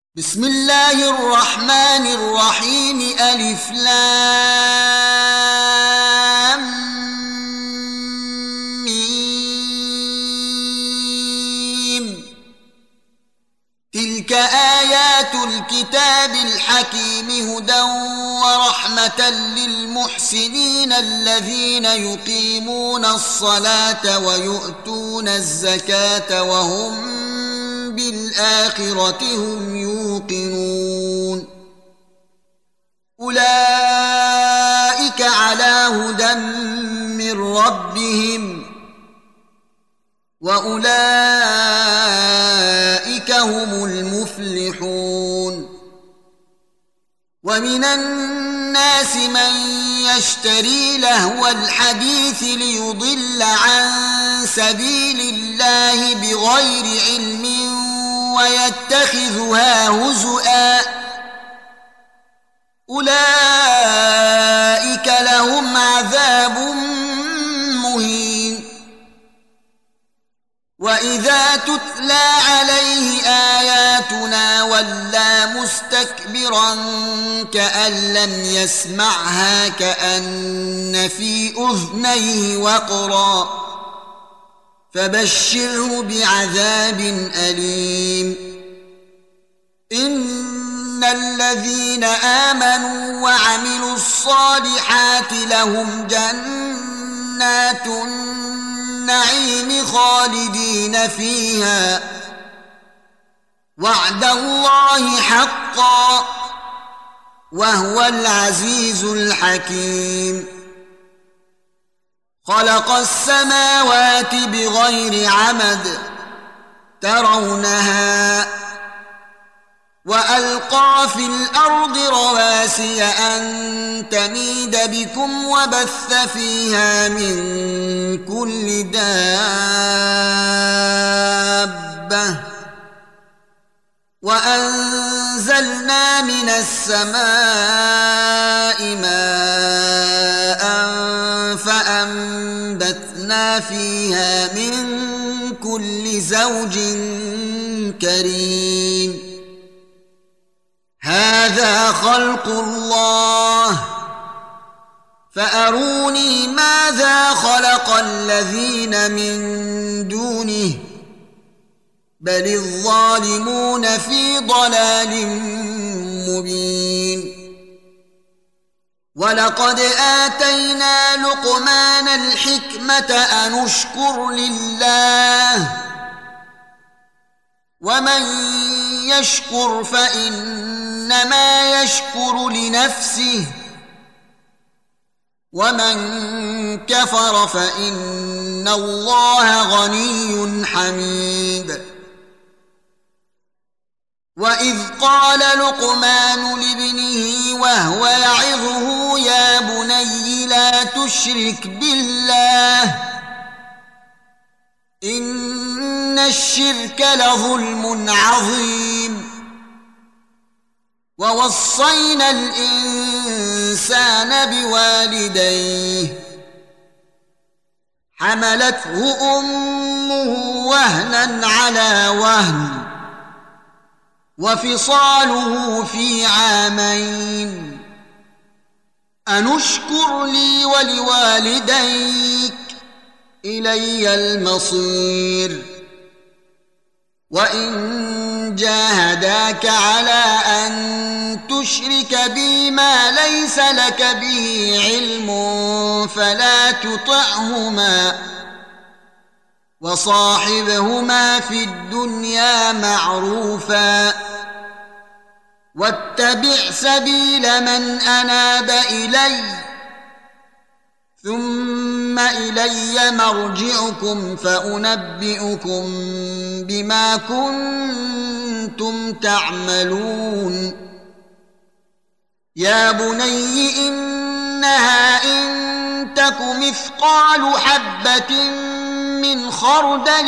بسم الله الرحمن الرحيم ألف لام ميم. تلك آيات الكتاب الحكيم هدى ورحمة للمحسنين الذين يقيمون الصلاة ويؤتون الزكاة وهم بالآخرة هم يوقنون. أولئك على هدى من ربهم وأولئك هم المفلحون. ومن الناس من يشتري لهو الحديث ليضل عن سبيل الله بغير علم ويتخذها هزؤا أولئك لهم عذاب مهين. وإذا تتلى عليه آياتنا ولى مستكبرا كأن لم يسمعها كأن في أذنيه وقرا فبشره بعذاب أليم. إن الذين آمنوا وعملوا الصالحات لهم جنات النعيم خالدين فيها وعد الله حقا وهو العزيز الحكيم. خلق السماوات بغير عمد ترونها وألقى في الأرض رواسي أن تميد بكم وبث فيها من كل دابة وأنزلنا من السماء ماء فأنبتنا فيها من كل زوج كريم. هذا خلق الله فأروني ماذا خلق الذين من دونه بل الظالمون في ضلال مبين. ولقد آتينا لقمان الحكمة أن اشكر لله ومن يشكر فإنما يشكر لنفسه ومن كفر فإن الله غني حميد. وإذ قال لقمان لابنه وهو يعظه يا بني لا تشرك بالله إن الشرك لظلم عظيم. ووصينا الإنسان بوالديه حملته أمه وهنا على وهن وفصاله في عامين أن اشكر لي ولوالديك إلي المصير. وإن جاهداك على أن تشرك بي ما ليس لك به علم فلا تطعهما وصاحبهما في الدنيا معروفا واتبع سبيل من أناب إلي ثم إلي مرجعكم فأنبئكم بما كنتم تعملون. يا بني إنها إن تك مثقال حبة من خردل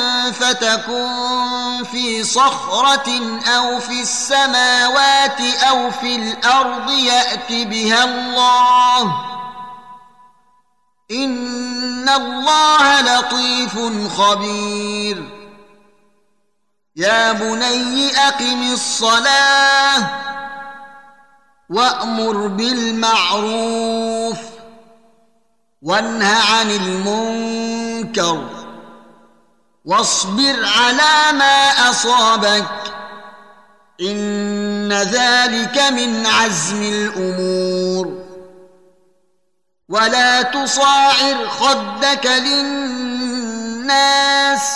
فتكن في صخرة أو في السماوات أو في الأرض يأت بها الله إن الله لطيف خبير. يا بني أقم الصلاة وأمر بالمعروف وانه عن المنكر واصبر على ما أصابك إن ذلك من عزم الأمور ولا تصاعر خدك للناس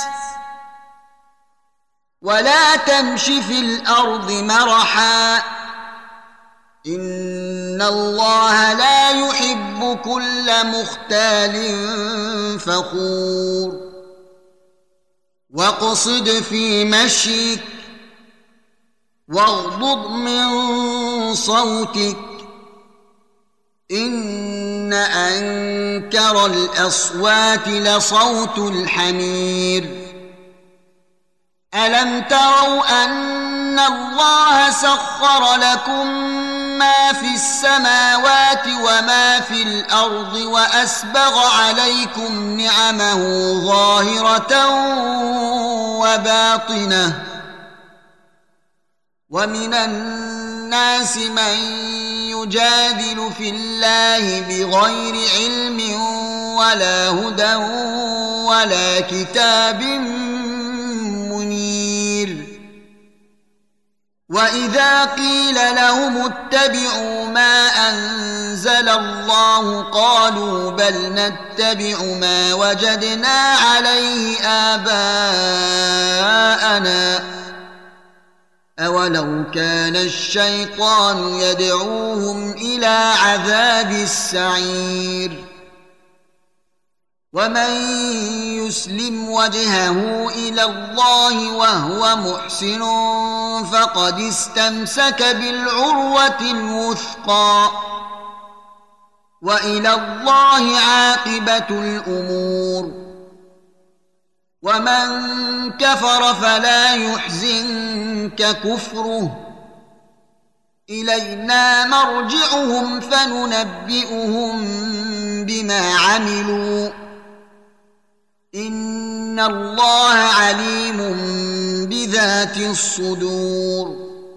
ولا تمش في الأرض مرحا إن الله لا يحب كل مختال فخور واقصد في مشيك واغضض من صوتك إن أنكر الأصوات لصوت الحمير ألم تروا أن الله سخر لكم ما في السماوات وما في الأرض وأسبغ عليكم نعمه ظاهرة وباطنة ومن الناس من يجادل في الله بغير علم ولا هدى ولا كتاب منير وإذا قيل لهم اتبعوا ما أنزل الله قالوا بل نتبع ما وجدنا عليه آباءنا أولو كان الشيطان يدعوهم إلى عذاب السعير ومن يسلم وجهه إلى الله وهو محسن فقد استمسك بالعروة الوثقى وإلى الله عاقبة الأمور ومن كفر فلا يحزنك كفره إلينا مرجعهم فننبئهم بما عملوا إن الله عليم بذات الصدور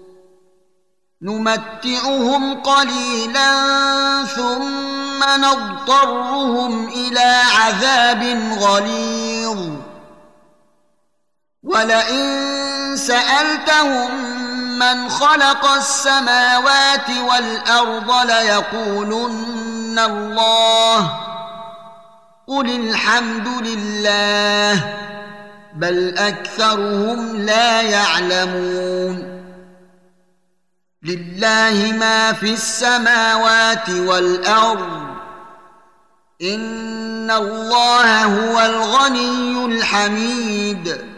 نمتعهم قليلا ثم نضطرهم إلى عذاب غليظ ولئن سألتهم من خلق السماوات والأرض ليقولن الله قل الحمد لله بل أكثرهم لا يعلمون لله ما في السماوات والأرض إن الله هو الغني الحميد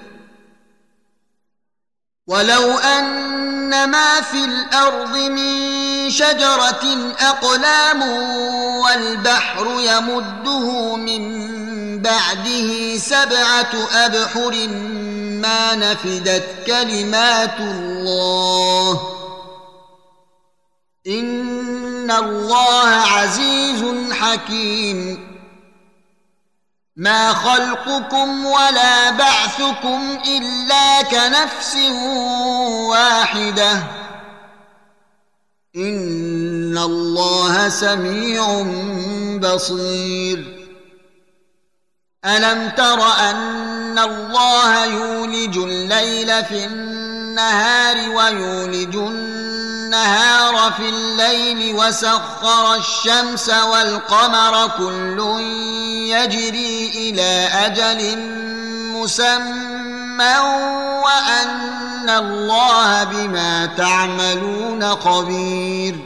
ولو أن ما في الأرض من شجرة أقلام والبحر يمده من بعده 7 أبحر ما نفدت كلمات الله إن الله عزيز حكيم ما خلقكم ولا بعثكم إلا كنفس واحدة إن الله سميع بصير ألم تر أن الله يولج الليل في النهار ويولج النهار في الليل وسخر الشمس والقمر كل يجري إلى أجل مسمى وأن الله بما تعملون خبير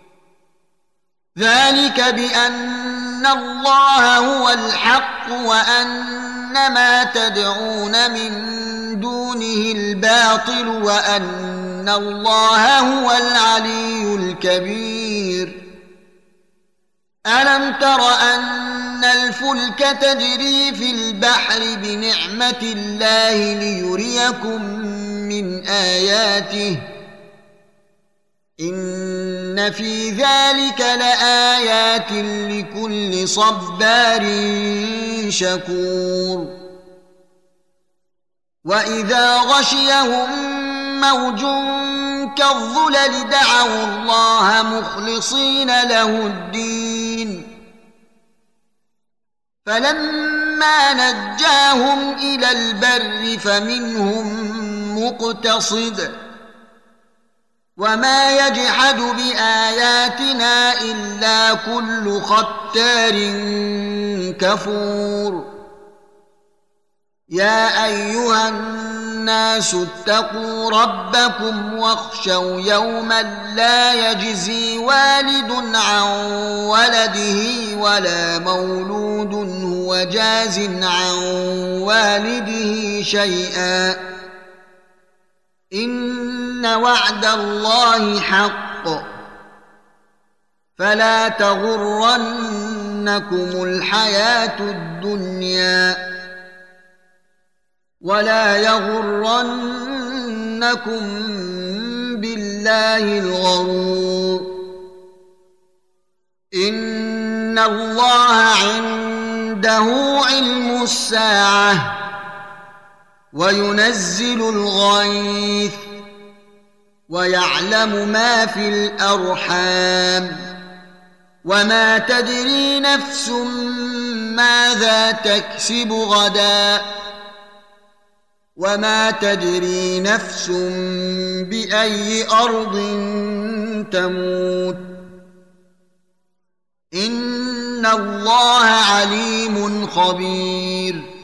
ذلك بأن الله هو الحق وأن ما تدعون من دونه الباطل وأن الله هو العلي الكبير ألم تر أن الفلك تجري في البحر بنعمة الله ليريكم من آياته إن في ذلك لآيات لكل صبار شكور وإذا غشيهم موج كالظلل دعوا الله مخلصين له الدين فلما نجاهم إلى البر فمنهم مقتصد وما يجحد بآياتنا إلا كل ختار كفور يا أيها الناس اتقوا ربكم واخشوا يوما لا يجزي والد عن ولده ولا مولود هو جاز عن والده شيئا إن وعد الله حق فلا تغرنكم الحياة الدنيا ولا يغرنكم بالله الغرور إن الله عنده علم الساعة وينزل الغيث ويعلم ما في الأرحام وما تدري نفس ماذا تكسب غدا وما تدري نفس بأي أرض تموت إن الله عليم خبير